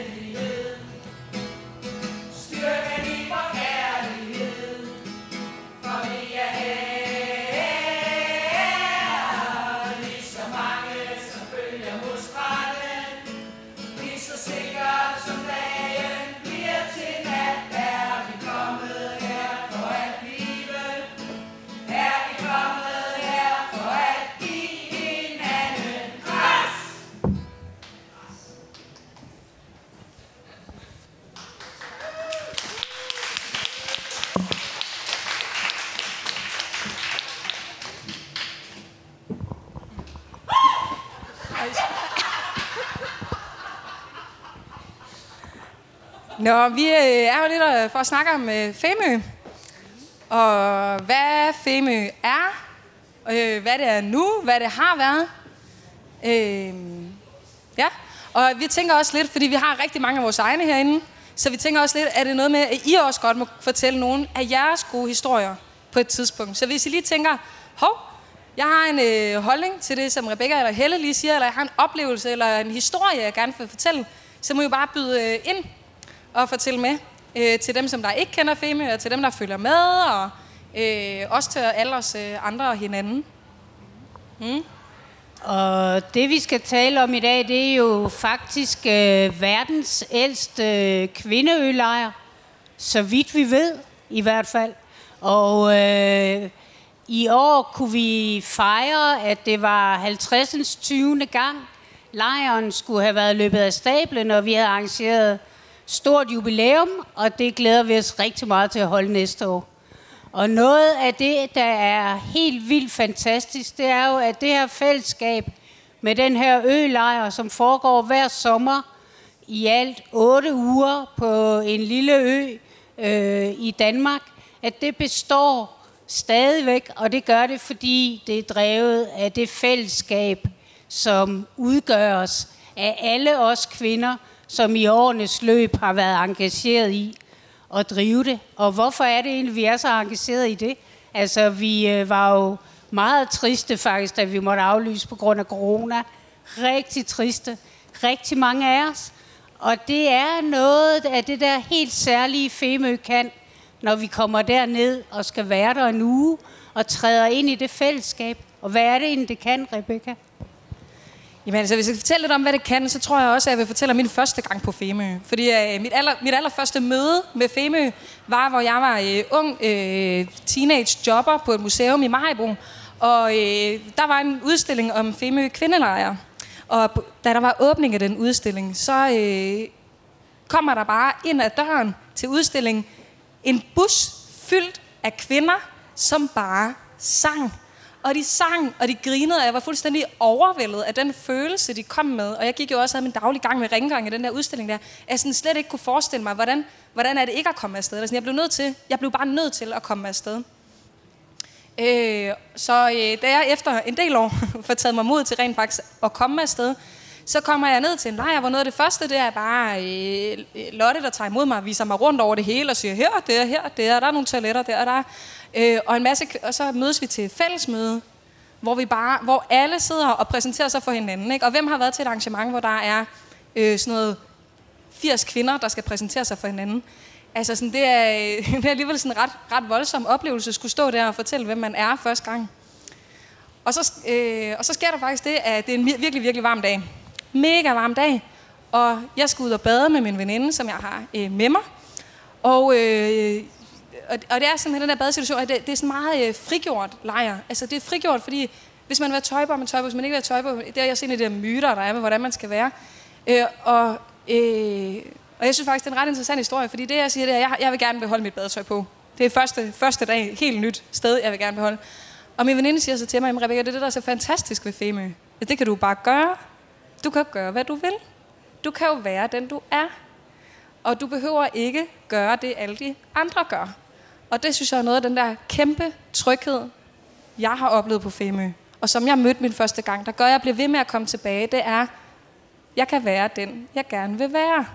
kærlighed. Styrken i vor kærlighed, for vi er her. Lige så mange, som følger mod stranden, lige så sikkert som dagen bliver til nat, er vi kommet her for at blive. Er vi kommet her for at give hinanden græs. Nå, vi er jo lidt for at snakke om Femø. Og hvad Femø er, hvad det er nu, hvad det har været. Ja, og vi tænker også lidt, fordi vi har rigtig mange af vores egne herinde, så vi tænker også lidt, er det noget med, at I også godt må fortælle nogle af jeres gode historier på et tidspunkt. Så hvis I lige tænker, hov, jeg har en holdning til det, som Rebecca eller Helle lige siger, eller jeg har en oplevelse eller en historie, jeg gerne vil fortælle, så må I bare byde ind og fortælle med til dem, som der ikke kender Femø, og til dem, der følger med, og også til alle os andre og hinanden. Og det, vi skal tale om i dag, det er jo faktisk verdens ældste kvindeølejr. Så vidt vi ved, i hvert fald. Og i år kunne vi fejre, at det var 50. 20. gang. Lejren skulle have været løbet af stablen, og vi havde arrangeret stort jubilæum, og det glæder vi os rigtig meget til at holde næste år. Og noget af det, der er helt vildt fantastisk, det er jo, at det her fællesskab med den her ølejr, som foregår hver sommer i alt 8 uger på en lille ø i Danmark, at det består stadigvæk, og det gør det, fordi det er drevet af det fællesskab, som udgøres af alle os kvinder, som i årenes løb har været engageret i at drive det. Og hvorfor er det egentlig, vi er så engageret i det? Altså, vi var jo meget triste faktisk, da vi måtte aflyse på grund af corona. Rigtig triste. Rigtig mange af os. Og det er noget af det der helt særlige Femø kan, når vi kommer derned og skal være der en uge og træder ind i det fællesskab. Og hvad er det egentlig, det kan, Rebecca? Jamen altså, hvis jeg skal fortælle lidt om, hvad det kan, så tror jeg også, at jeg vil fortælle om min første gang på Femø. Fordi mit allerførste møde med Femø var, hvor jeg var ung teenage jobber på et museum i Maribo. Og der var en udstilling om Femø kvindelejre. Og da der var åbning af den udstilling, så kommer der bare ind ad døren til udstillingen en bus fyldt af kvinder, som bare sang. Og de sang, og de grinede, og jeg var fuldstændig overvældet af den følelse, de kom med. Og jeg gik jo også af min daglige gang med rengøring i den der udstilling der. Jeg sådan slet ikke kunne forestille mig, hvordan er det ikke at komme afsted. Jeg blev bare nødt til at komme afsted. Da jeg efter en del år får taget mig mod til rent faktisk at komme afsted, så kommer jeg ned til en lejr, hvor noget af det første, det er bare Lotte, der tager imod mig og viser mig rundt over det hele og siger, her, der er nogle toiletter, der og en masse, og så mødes vi til fællesmøde, hvor alle sidder og præsenterer sig for hinanden, ikke? Og hvem har været til et arrangement, hvor der er sådan noget 80 kvinder, der skal præsentere sig for hinanden? Altså sådan, det er alligevel sådan en ret voldsom oplevelse at skulle stå der og fortælle, hvem man er første gang. Og så sker der faktisk det, at det er en virkelig, virkelig varm dag. Mega varm dag. Og jeg skal ud og bade med min veninde, som jeg har med mig. Og det er sådan, den der badesituation, at det er sådan meget frigjort lejr. Altså det er frigjort, fordi hvis man vil have tøj på, man tøj på. Hvis man ikke vil have tøj på, det er også en af de der myter, der er med, hvordan man skal være. Og jeg synes faktisk, det er en ret interessant historie, fordi det, jeg siger, det er, at jeg vil gerne beholde mit badetøj på. Det er første dag, helt nyt sted, jeg vil gerne beholde. Og min veninde siger så til mig, Rebecca, det er det, der er så fantastisk ved Femø. Det kan du bare gøre. Du kan gøre, hvad du vil. Du kan jo være den, du er. Og du behøver ikke gøre det, alle de andre gør. Og det synes jeg er noget af den der kæmpe tryghed, jeg har oplevet på Femø. Og som jeg mødte min første gang, der gør, at jeg bliver ved med at komme tilbage, det er, jeg kan være den, jeg gerne vil være.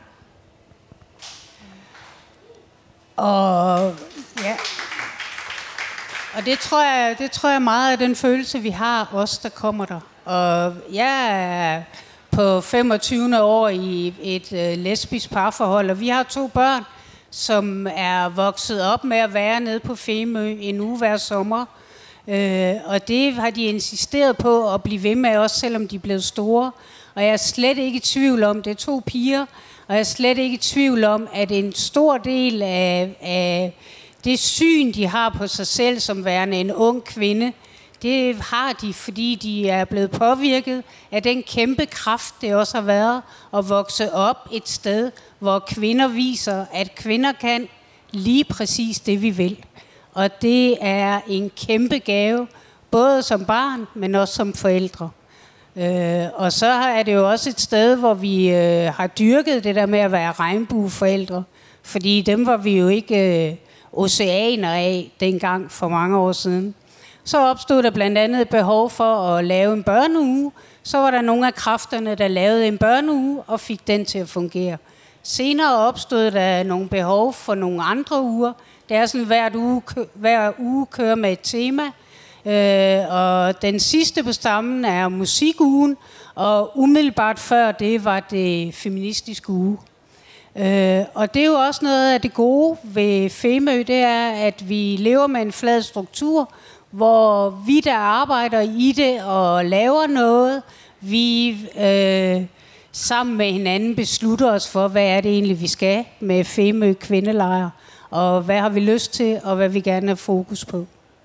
Og ja. Og det tror jeg meget af den følelse, vi har, os der kommer der. Og jeg er på 25. år i et lesbisk parforhold, og vi har 2 børn, som er vokset op med at være nede på Femø en uge hver sommer. Og det har de insisteret på at blive ved med, også selvom de er blevet store. Og jeg er slet ikke i tvivl om, det er 2 piger, og jeg er slet ikke i tvivl om, at en stor del af det syn, de har på sig selv som værende en ung kvinde, det har de, fordi de er blevet påvirket af den kæmpe kraft, det også har været at vokse op et sted, hvor kvinder viser, at kvinder kan lige præcis det, vi vil. Og det er en kæmpe gave, både som barn, men også som forældre. Og så er det jo også et sted, hvor vi har dyrket det der med at være regnbueforældre, fordi dem var vi jo ikke oceaner af dengang for mange år siden. Så opstod der blandt andet et behov for at lave en børneuge. Så var der nogle af kræfterne, der lavede en børneuge og fik den til at fungere. Senere opstod der nogle behov for nogle andre uger. Det er sådan, hver uge kører med et tema. Og den sidste på stammen er musikugen, og umiddelbart før det var det feministiske uge. Og det er jo også noget af det gode ved Femø, det er, at vi lever med en flad struktur, hvor vi, der arbejder i det og laver noget, vi sammen med hinanden beslutter os for, hvad er det egentlig, vi skal med Femø Kvindelejr, og hvad har vi lyst til, og hvad vi gerne har fokus på.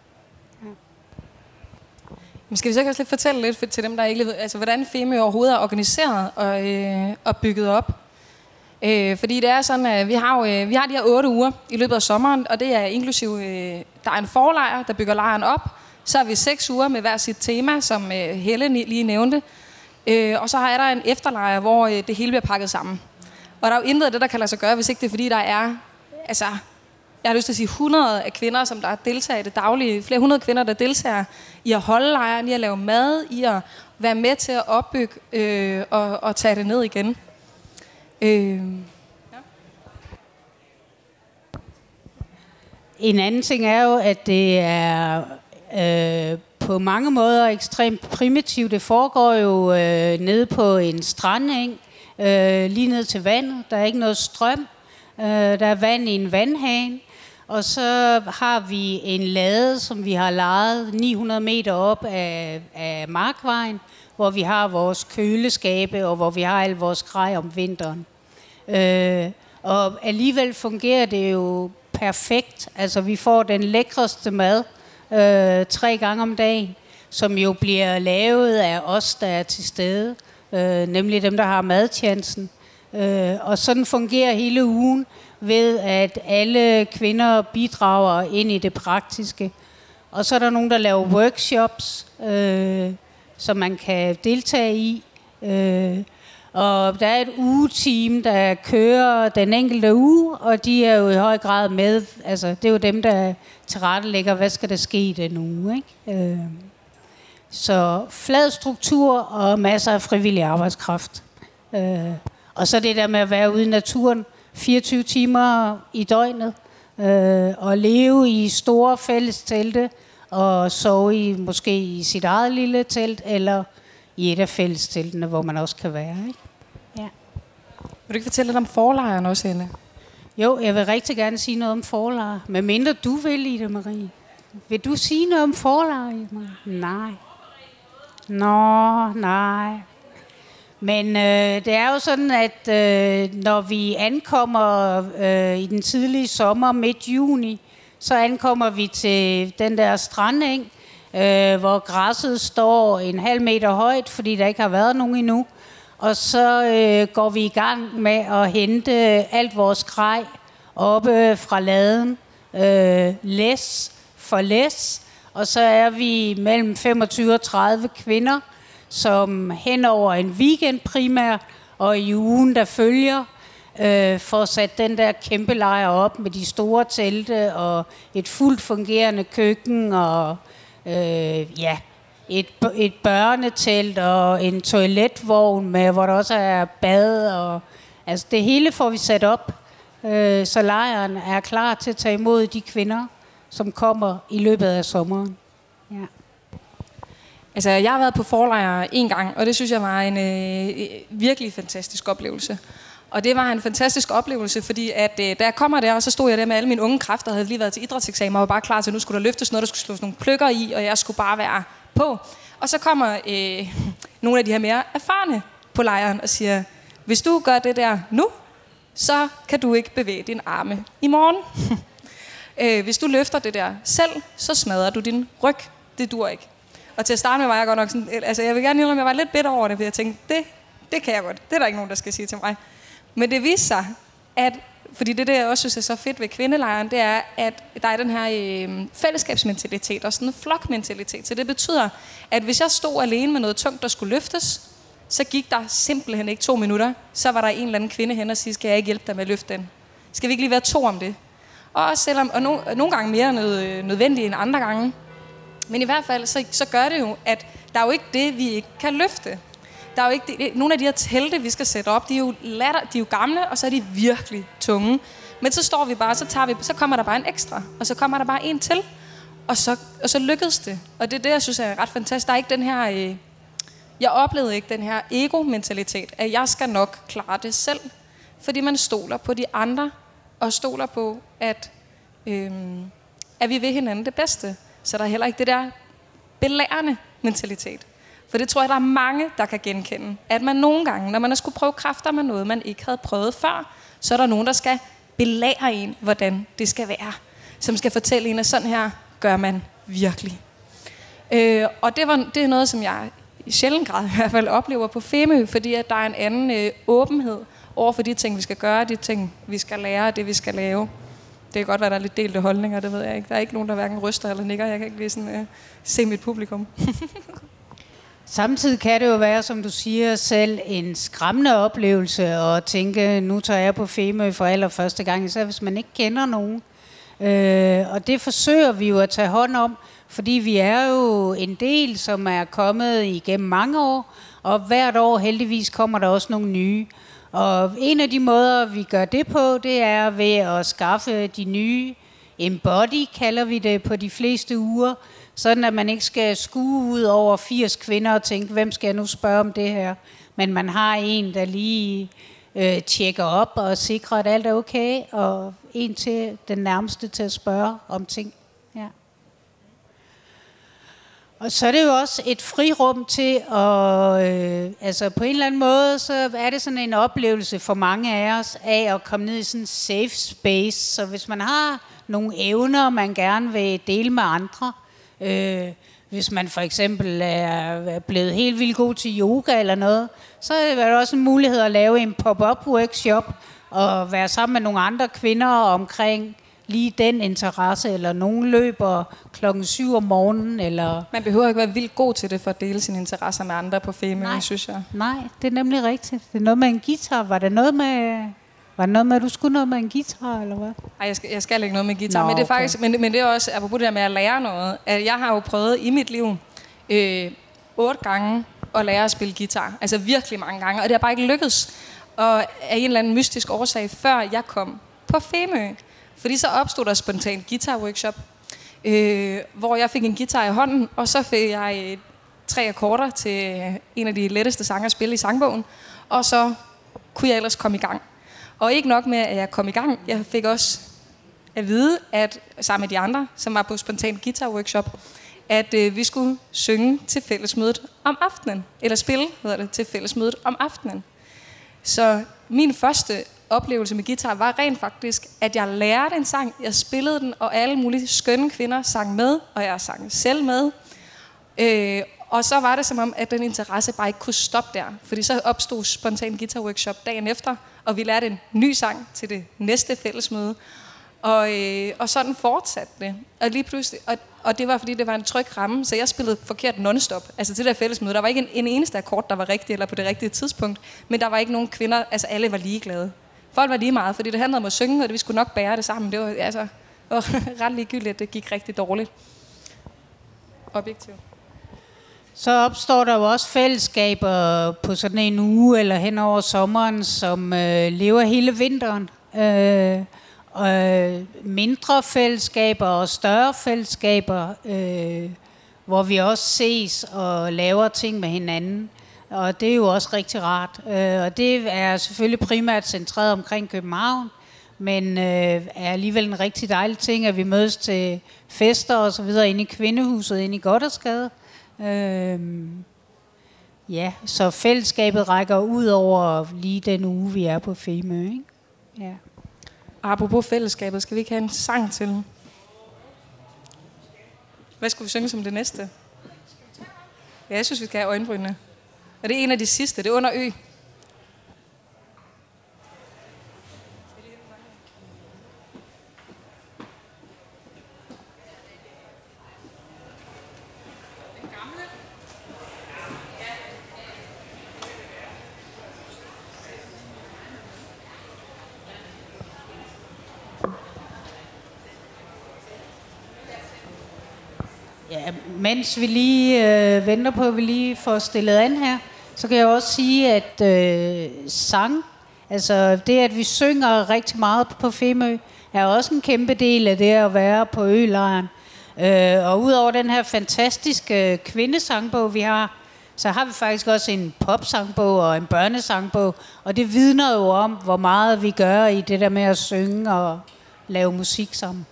Men skal vi så også lidt fortælle lidt til dem, der ikke ved, altså hvordan Femø overhovedet er organiseret og bygget op? Fordi det er sådan, at vi har de her 8 uger i løbet af sommeren, og det er inklusiv, der er en forlejr, der bygger lejren op. Så har vi 6 uger med hver sit tema, som Helle lige nævnte. Og så er der en efterlejr, hvor det hele bliver pakket sammen. Og der er jo intet af det, der kan lade sig gøre, hvis ikke det er, fordi der er, altså, jeg har lyst til at sige 100 af kvinder, som der deltager i det daglige. Flere 100 kvinder, der deltager i at holde lejren, i at lave mad, i at være med til at opbygge og tage det ned igen. En anden ting er jo, at det er på mange måder ekstremt primitivt. Det foregår jo nede på en strandeng, lige ned til vandet. Der er ikke noget strøm. Der er vand i en vandhane. Og så har vi en lade, som vi har lejet 900 meter op af Markvejen, hvor vi har vores køleskabe, og hvor vi har al vores grej om vinteren. Og alligevel fungerer det jo perfekt. Altså, vi får den lækreste mad 3 gange om dagen, som jo bliver lavet af os, der er til stede, nemlig dem, der har madtjenesten. Og sådan fungerer hele ugen ved, at alle kvinder bidrager ind i det praktiske. Og så er der nogen, der laver workshops, som man kan deltage i. Og der er et ugeteam, der kører den enkelte uge, og de er jo i høj grad med. Altså, det er jo dem, der tilrettelægger, hvad skal der ske i den uge, ikke? Så flad struktur og masser af frivillig arbejdskraft. Og så det der med at være ude i naturen 24 timer i døgnet, og leve i store fælles telte, og sove måske i sit eget lille telt, eller i et af fællesteltene, hvor man også kan være, ikke? Ja. Vil du ikke fortælle lidt om forlejren også, Helle? Jo, jeg vil rigtig gerne sige noget om forlejren. Men mindre du vil, Ida Marie. Vil du sige noget om forlejren, Ida Marie? Nej. Nå, nej. Men det er jo sådan, at når vi ankommer i den tidlige sommer, midt juni, så ankommer vi til den der strandeng, hvor græsset står 1,5 meter højt, fordi der ikke har været nogen endnu. Og så går vi i gang med at hente alt vores grej oppe fra laden, læs for læs. Og så er vi mellem 25 og 30 kvinder, som hen over en weekend primært, og i ugen, der følger, får sat den der kæmpe lejr op med de store telte og et fuldt fungerende køkken og et børnetelt og en toiletvogn med, hvor der også er bad. Og, altså det hele får vi sat op, så lejren er klar til at tage imod de kvinder, som kommer i løbet af sommeren. Ja. Altså, jeg har været på forlejr en gang, og det synes jeg var en virkelig fantastisk oplevelse. Og det var en fantastisk oplevelse, fordi at, da jeg kommer der, og så stod jeg der med alle mine unge kræfter, havde lige været til idrætseksamen, og var bare klar til, at nu skulle der løftes noget, der skulle slås nogle pløkker i, og jeg skulle bare være på. Og så kommer nogle af de her mere erfarne på lejren og siger, hvis du gør det der nu, så kan du ikke bevæge dine arme i morgen. Hvis du løfter det der selv, så smadrer du din ryg. Det dur ikke. Og til at starte med var jeg godt nok sådan, altså jeg vil gerne indrømme, jeg var lidt bitter over det, for jeg tænkte, det kan jeg godt. Det er der ikke nogen, der skal sige til mig. Men det viste sig, at, fordi det jeg også synes er så fedt ved kvindelejren, det er, at der er den her fællesskabsmentalitet og sådan en flokmentalitet. Så det betyder, at hvis jeg stod alene med noget tungt, der skulle løftes, så gik der simpelthen ikke 2 minutter. Så var der en eller anden kvinde hen og sige, skal jeg ikke hjælpe dig med at løfte den? Skal vi ikke lige være 2 om det? Og også selvom, og nogle gange mere nødvendigt end andre gange. Men i hvert fald, så gør det jo, at der er jo ikke det, vi ikke kan løfte. Der er jo ikke nogle af de her telte, vi skal sætte op, de er jo gamle, og så er de virkelig tunge. Men så står vi bare, så kommer der bare en ekstra, og så kommer der bare en til, og så lykkedes det. Og det er det, jeg synes er ret fantastisk. Der er ikke den her, jeg oplevede ikke den her ego-mentalitet, at jeg skal nok klare det selv. Fordi man stoler på de andre, og stoler på, at vi vil hinanden det bedste. Så der er heller ikke det der belærende mentalitet. For det tror jeg, der er mange, der kan genkende. At man nogle gange, når man har skulle prøve kræfter med noget, man ikke havde prøvet før, så er der nogen, der skal belære en, hvordan det skal være. Som skal fortælle en, at sådan her gør man virkelig. Og det er noget, som jeg i sjælden grad i hvert fald oplever på Femø, fordi at der er en anden åbenhed over for de ting, vi skal gøre, de ting, vi skal lære, det vi skal lave. Det kan godt være, der er lidt delte holdninger, det ved jeg ikke. Der er ikke nogen, der hverken ryster eller nikker. Jeg kan ikke lige sådan, se mit publikum. Samtidig kan det jo være, som du siger selv, en skræmmende oplevelse at tænke, nu tager jeg på Femø for allerførste gang, især hvis man ikke kender nogen. Og det forsøger vi jo at tage hånd om, fordi vi er jo en del, som er kommet igennem mange år, og hvert år heldigvis kommer der også nogle nye. Og en af de måder, vi gør det på, det er ved at skaffe de nye embody, kalder vi det, på de fleste uger, sådan at man ikke skal skue ud over 80 kvinder og tænke, hvem skal jeg nu spørge om det her? Men man har en, der lige tjekker op og sikrer, at alt er okay, og en til den nærmeste til at spørge om ting. Ja. Og så er det jo også et frirum til at, altså på en eller anden måde, så er det sådan en oplevelse for mange af os, af at komme ned i sådan en safe space. Så hvis man har nogle evner, man gerne vil dele med andre, hvis man for eksempel er blevet helt vildt god til yoga eller noget, så er der også en mulighed at lave en pop-up workshop, og være sammen med nogle andre kvinder omkring lige den interesse, eller nogen løber 7:00 om morgenen, eller... Man behøver ikke være vildt god til det, for at dele sine interesser med andre på Femø, synes jeg. Nej, det er nemlig rigtigt. Det er noget med en guitar. Var det noget med, at du skulle noget med en guitar, eller hvad? Nej, jeg skal ikke noget med guitar, men det er faktisk, men det er også, apropos det der med at lære noget, at jeg har jo prøvet i mit liv 8 gange at lære at spille guitar. Altså virkelig mange gange, og det har bare ikke lykkedes. Og af en eller anden mystisk årsag, før jeg kom på Femø. Fordi så opstod der spontant guitar-workshop, hvor jeg fik en guitar i hånden, og så fik jeg 3 akkorder til en af de letteste sange at spille i sangbogen, og så kunne jeg ellers komme i gang. Og ikke nok med, at jeg kom i gang, jeg fik også at vide, at sammen med de andre, som var på spontant guitar-workshop, at vi skulle synge til fællesmødet om aftenen, eller spille, til fællesmødet om aftenen. Så min første oplevelse med guitar var rent faktisk, at jeg lærte en sang, jeg spillede den, og alle mulige skønne kvinder sang med, og jeg sang selv med. Og så var det som om, at den interesse bare ikke kunne stoppe der, fordi så opstod spontan guitar workshop dagen efter, og vi lærte en ny sang til det næste fællesmøde. Og sådan fortsatte det. Og lige pludselig, og det var fordi, det var en tryg ramme, så jeg spillede forkert non-stop. Altså til det der fællesmøde, der var ikke en eneste akkord, der var rigtig eller på det rigtige tidspunkt, men der var ikke nogen kvinder, altså alle var ligeglade. Folk var lige meget, fordi det handlede om at synge, og vi skulle nok bære det sammen. Det var altså ret ligegyldigt, at det gik rigtig dårligt. Objektivt. Så opstår der jo også fællesskaber på sådan en uge eller hen over sommeren, som lever hele vinteren. Mindre fællesskaber og større fællesskaber. hvor vi også ses og laver ting med hinanden. Og det er jo også rigtig rart. Og det er selvfølgelig primært centreret omkring København, men er alligevel en rigtig dejlig ting, at vi mødes til fester og så videre inde i Kvindehuset, inde i Gothersgade. Ja, så fællesskabet rækker ud over lige den uge, vi er på Femø, ikke? Ja. Apropos fællesskabet, skal vi ikke have en sang til? Hvad skulle vi synge som det næste? Ja, jeg synes, vi skal have Øjenbrynene. Og det er en af de sidste, det er Under Ø. Ja, mens vi lige venter på, at vi lige får stillet an her, så kan jeg også sige, at sang, altså det, at vi synger rigtig meget på Femø, er også en kæmpe del af det at være på ølejren. Og udover den her fantastiske kvindesangbog, vi har, så har vi faktisk også en popsangbog og en børnesangbog. Og det vidner jo om, hvor meget vi gør i det der med at synge og lave musik sammen.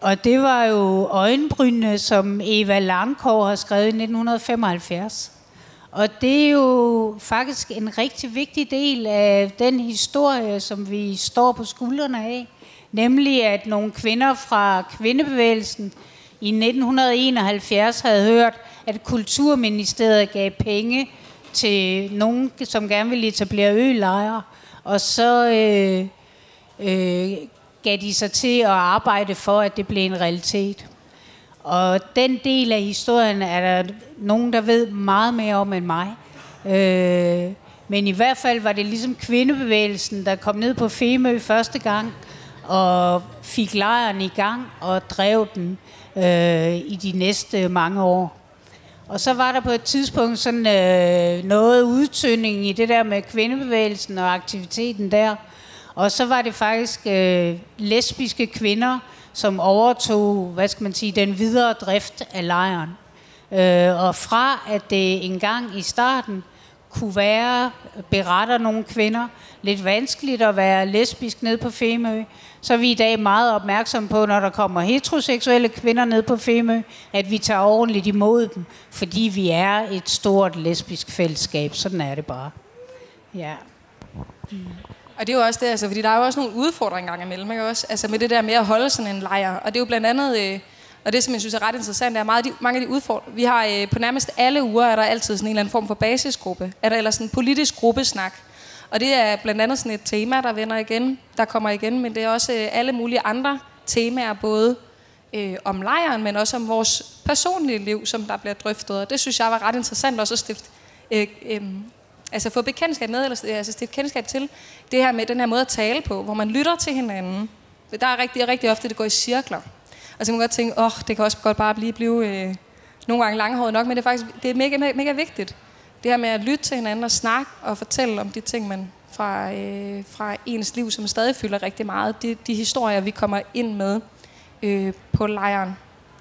Og det var jo Øjenbrynene, som Eva Langkov har skrevet i 1975. Og det er jo faktisk en rigtig vigtig del af den historie, som vi står på skuldrene af. Nemlig at nogle kvinder fra kvindebevægelsen i 1971 havde hørt, at Kulturministeriet gav penge til nogen, som gerne ville etablere ølejre. Og så gav de sig til at arbejde for, at det blev en realitet. Og den del af historien er der nogen, der ved meget mere om end mig. Men i hvert fald var det ligesom kvindebevægelsen, der kom ned på Femø første gang, og fik lejren i gang og drev den i de næste mange år. Og så var der på et tidspunkt sådan noget udtynding i det der med kvindebevægelsen og aktiviteten der. Og så var det faktisk lesbiske kvinder, som overtog, den videre drift af lejren. Og fra at det engang i starten kunne være, beretter nogle kvinder, lidt vanskeligt at være lesbisk ned på Femø, så er vi i dag meget opmærksomme på, når der kommer heteroseksuelle kvinder ned på Femø, at vi tager ordentligt imod dem, fordi vi er et stort lesbisk fællesskab. Sådan er det bare. Ja. Og det er jo også det, altså, fordi der er jo også nogle udfordringer engang imellem, ikke også? Altså med det der med at holde sådan en lejr. Og det er jo blandt andet, og det som jeg synes er ret interessant, er mange af de udfordringer. Vi har på nærmest alle uger, er der altid sådan en eller anden form for basisgruppe. Er der eller sådan en politisk gruppesnak. Og det er blandt andet sådan et tema, der kommer igen, men det er også alle mulige andre temaer, både om lejren, men også om vores personlige liv, som der bliver drøftet. Og det synes jeg var ret interessant også at stifte, få bekendtskab med, eller stifte kendskab til det her med den her måde at tale på, hvor man lytter til hinanden. Der er rigtig ofte, det går i cirkler. Og så kan man godt tænke, det kan også godt bare blive nogle gange langhåret nok, men det er mega, mega vigtigt. Det her med at lytte til hinanden og snakke og fortælle om de ting, man fra ens liv, som stadig fylder rigtig meget. De historier, vi kommer ind med på lejren.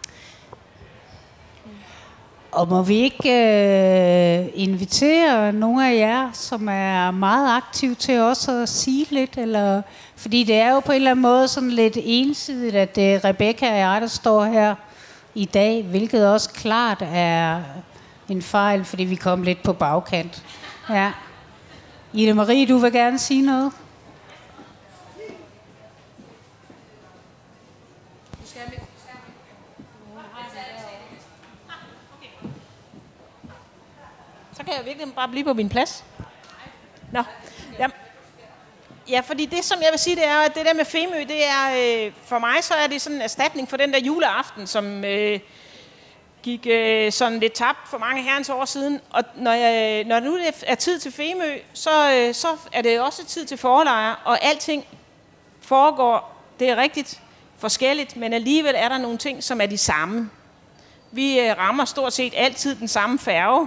Og må vi ikke invitere nogle af jer, som er meget aktive til også at sige lidt? Eller, fordi det er jo på en eller anden måde sådan lidt ensidigt, at det er Rebecca og jeg, der står her i dag, hvilket også klart er en fejl, fordi vi kom lidt på bagkant. Ja. Ida Marie, du vil gerne sige noget? Så kan jeg virkelig bare blive på min plads. Nå. Ja, fordi det, som jeg vil sige, det er, at det der med Femø, det er, for mig, så er det sådan en erstatning for den der juleaften, som gik sådan lidt tabt for mange herrens år siden. Og når nu er tid til Femø, så er det også tid til forlejre, og alting foregår, det er rigtigt forskelligt, men alligevel er der nogle ting, som er de samme. Vi rammer stort set altid den samme færge,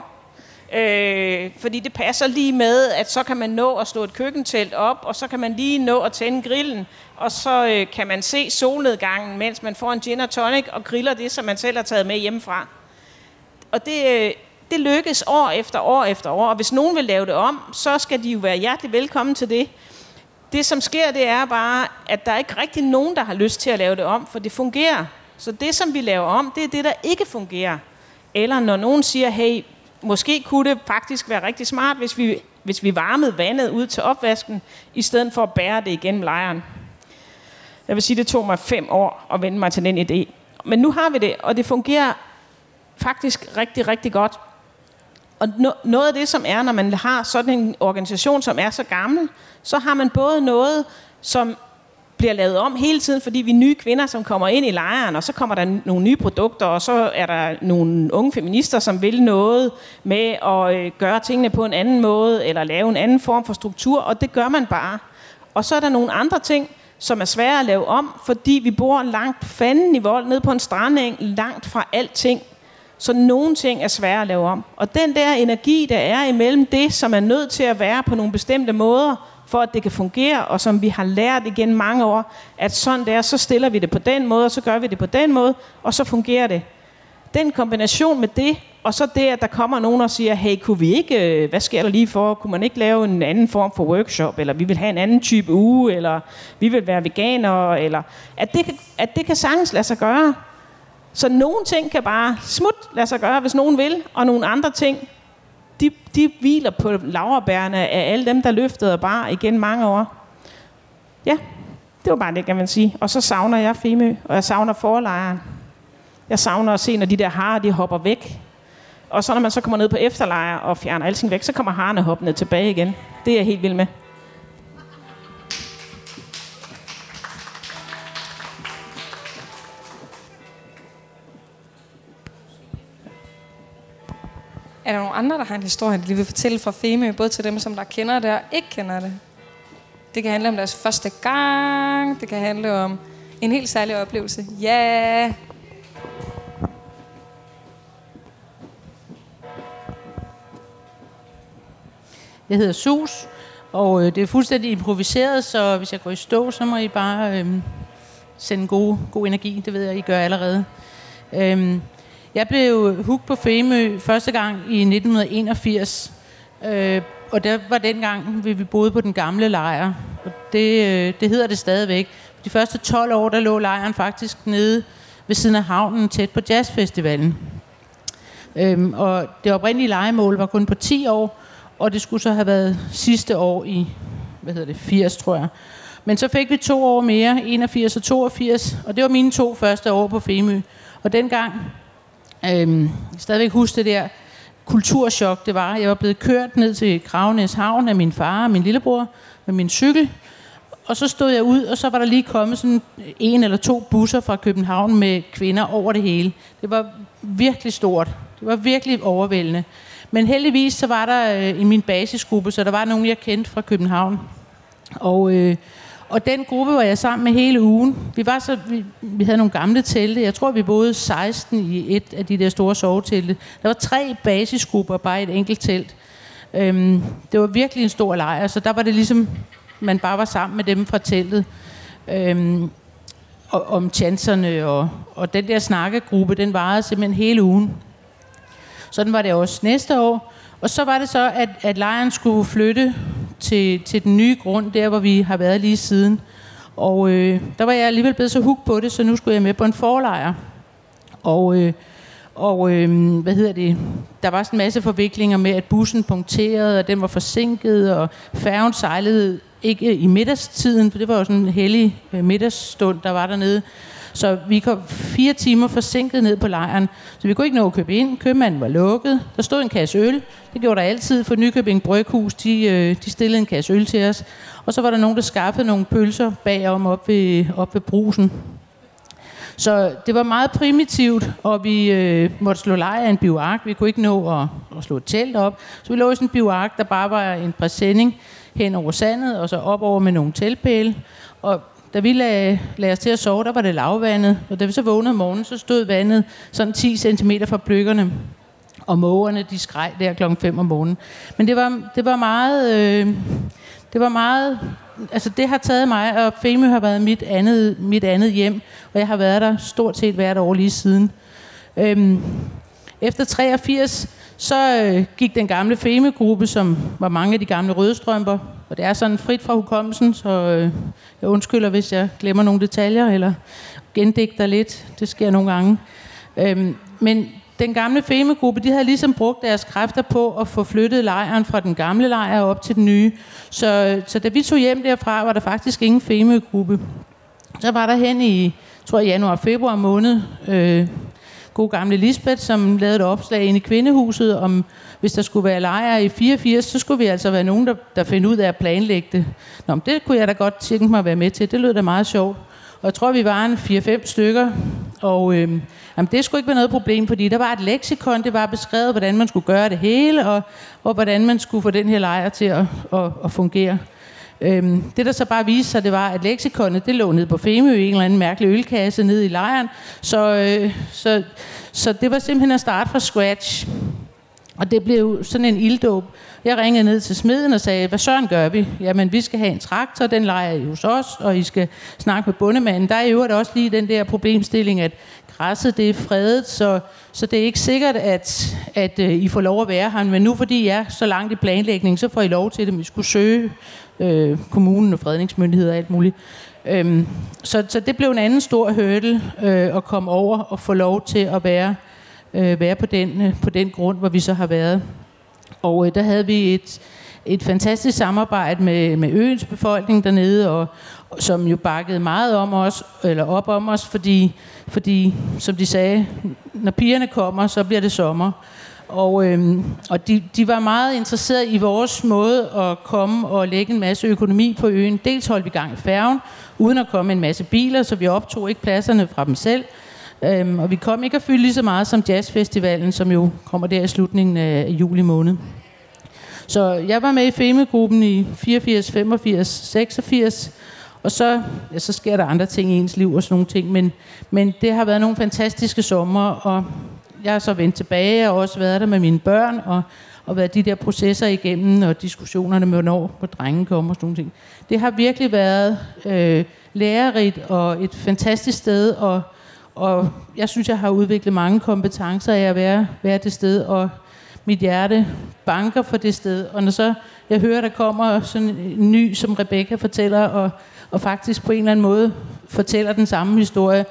fordi det passer lige med, at så kan man nå at slå et køkkentelt op, og så kan man lige nå at tænde grillen, og så kan man se solnedgangen, mens man får en gin og tonic og griller det, som man selv har taget med hjemmefra. Og det lykkes år efter år efter år, og hvis nogen vil lave det om, så skal de jo være hjertelig velkommen til det. Det, som sker, det er bare, at der er ikke rigtig nogen, der har lyst til at lave det om, for det fungerer. Så det, som vi laver om, det er det, der ikke fungerer. Eller når nogen siger, hey, måske kunne det faktisk være rigtig smart, hvis vi varmede vandet ud til opvasken, i stedet for at bære det igennem lejren. Jeg vil sige, det tog mig 5 år at vende mig til den idé. Men nu har vi det, og det fungerer faktisk rigtig, rigtig godt. Og noget af det, som er, når man har sådan en organisation, som er så gammel, så har man både noget, som bliver lavet om hele tiden, fordi vi er nye kvinder, som kommer ind i lejren, og så kommer der nogle nye produkter, og så er der nogle unge feminister, som vil noget med at gøre tingene på en anden måde, eller lave en anden form for struktur, og det gør man bare. Og så er der nogle andre ting, som er svære at lave om, fordi vi bor langt fanden i vold, ned på en strandeng, langt fra alting. Så nogle ting er svære at lave om. Og den der energi, der er imellem det, som er nødt til at være på nogle bestemte måder, for at det kan fungere, og som vi har lært igen mange år, at sådan der, så stiller vi det på den måde, og så gør vi det på den måde, og så fungerer det. Den kombination med det, Og så det, at der kommer nogen og siger, hey, kunne vi ikke, hvad sker der lige for? Kunne man ikke lave en anden form for workshop? Eller vi vil have en anden type uge? Eller vi vil være veganere? Eller at det kan sagtens lade sig gøre. Så nogle ting kan bare lade sig gøre, hvis nogen vil. Og nogle andre ting, de hviler på laurbærrene af alle dem, der løftede bare igen mange år. Ja, det var bare det, kan man sige. Og så savner jeg Femø, og jeg savner forlejren. Jeg savner at se, når de der harer, de hopper væk. Og så når man så kommer ned på efterlejr og fjerner alting væk, så kommer harerne hoppende tilbage igen. Det er jeg helt vild med. Er der nogen andre, der har en historie, de vil fortælle fra Femø, både til dem, som der kender det og ikke kender det? Det kan handle om deres første gang. Det kan handle om en helt særlig oplevelse. Ja! Jeg hedder Sus, og det er fuldstændig improviseret, så hvis jeg går i stå, så må I bare sende god energi. Det ved jeg, I gør allerede. Jeg blev hooked på Femø første gang i 1981, og det var dengang, vi boede på den gamle lejr. Og det hedder det stadigvæk. De første 12 år, der lå lejren faktisk nede ved siden af havnen, tæt på jazzfestivalen. Og det oprindelige lejemål var kun på 10 år, og det skulle så have været sidste år i, 80, tror jeg. Men så fik vi 2 år mere, 81 og 82, og det var mine 2 første år på Femø. Og dengang, stadigvæk huske det der kulturschok, det var. Jeg var blevet kørt ned til Kragenæs Havn af min far og min lillebror med min cykel. Og så stod jeg ud, og så var der lige kommet sådan 1 eller 2 busser fra København med kvinder over det hele. Det var virkelig stort. Det var virkelig overvældende. Men heldigvis så var der i min basisgruppe, så der var nogen, jeg kendte fra København. Og den gruppe var jeg sammen med hele ugen. Vi havde nogle gamle telte. Jeg tror, vi boede 16 i et af de der store sovetelte. Der var 3 basisgrupper, bare i et enkelt telt. Det var virkelig en stor lejr, så der var det ligesom, man bare var sammen med dem fra teltet. Om chancerne, og den der snakkegruppe, den varede simpelthen hele ugen. Sådan var det også næste år. Og så var det så, at lejren skulle flytte til den nye grund, der hvor vi har været lige siden. Og der var jeg alligevel blevet så hooked på det, så nu skulle jeg med på en forlejr. Der var sådan en masse forviklinger med, at bussen punkterede, og den var forsinket, og færgen sejlede ikke i middagstiden, for det var jo sådan en hellig middagsstund, der var dernede. Så vi kom 4 timer forsinket ned på lejren, så vi kunne ikke nå at købe ind. Købmanden var lukket. Der stod en kasse øl. Det gjorde der altid, for Nykøbing Bryghus, de stillede en kasse øl til os. Og så var der nogen, der skaffede nogle pølser bagom op ved brusen. Så det var meget primitivt, og vi måtte slå lejr i en bivuak. Vi kunne ikke nå at slå et telt op. Så vi lå i sådan en bivuak, der bare var en præsending hen over sandet, og så op over med nogle teltpæle. Og da vi lagde os til at sove, der var det lavvandet, og da vi så vågnede om morgenen, så stod vandet sådan 10 cm fra pløkkerne, og mågerne, de skreg der klokken 5 om morgenen. Men det var meget, altså det har taget mig, og Femø har været mit andet hjem, og jeg har været der stort set hvert år lige siden. Efter 83, så gik den gamle Femø-gruppe, som var mange af de gamle rødstrømper, og det er sådan frit fra hukommelsen, så jeg undskylder, hvis jeg glemmer nogle detaljer, eller gendigter lidt. Det sker nogle gange. Men den gamle Femø-gruppe, de havde ligesom brugt deres kræfter på at få flyttet lejren fra den gamle lejr op til den nye. Så da vi tog hjem derfra, var der faktisk ingen Femø-gruppe. Så var der hen i, tror jeg, januar-februar måned, god gamle Lisbeth, som lavede et opslag inde i Kvindehuset om, hvis der skulle være lejre i 84, så skulle vi altså være nogen, der finder ud af at planlægge det. Nå, men det kunne jeg da godt tænke mig at være med til. Det lød da meget sjovt. Og jeg tror, vi var en 4-5 stykker. Og det skulle ikke være noget problem, fordi der var et leksikon, det var beskrevet, hvordan man skulle gøre det hele, og hvordan man skulle få den her lejr til at fungere. Det der så bare viste sig, det var, at leksikonet, det lå nede på Femø i en eller anden mærkelig ølkasse nede i lejren. Så det var simpelthen at starte fra scratch. Og det blev sådan en ilddåb. Jeg ringede ned til smeden og sagde, hvad søren gør vi? Jamen, vi skal have en traktor, den lejer I hos os, og I skal snakke med bondemanden. Der er jo også lige den der problemstilling, at græsset det er fredet, så det er ikke sikkert, at I får lov at være her. Men nu, fordi I er så langt i planlægning, så får I lov til det. Vi skulle søge kommunen og fredningsmyndigheder og alt muligt. Så det blev en anden stor hurdle at komme over og få lov til at være på den grund, hvor vi så har været. Og der havde vi et fantastisk samarbejde med øens befolkning dernede, og som jo bakkede meget op om os, fordi som de sagde, når pigerne kommer, så bliver det sommer. Og de var meget interesserede i vores måde at komme og lægge en masse økonomi på øen. Dels holdt vi gang i færgen, uden at komme en masse biler, så vi optog ikke pladserne fra dem selv. Og vi kom ikke at fylde lige så meget som jazzfestivalen, som jo kommer der i slutningen af juli måned. Så jeg var med i FEME-gruppen i 84, 85, 86, og så sker der andre ting i ens liv og sådan nogle ting, men det har været nogle fantastiske sommer, og jeg har så vendt tilbage og også været der med mine børn, og været de der processer igennem, og diskussionerne med, hvornår drengen kommer og sådan nogle ting. Det har virkelig været lærerigt og et fantastisk sted, og jeg synes, jeg har udviklet mange kompetencer af at være det sted, og mit hjerte banker for det sted. Og når så jeg hører, der kommer sådan en ny, som Rebecca fortæller, og faktisk på en eller anden måde fortæller den samme historie,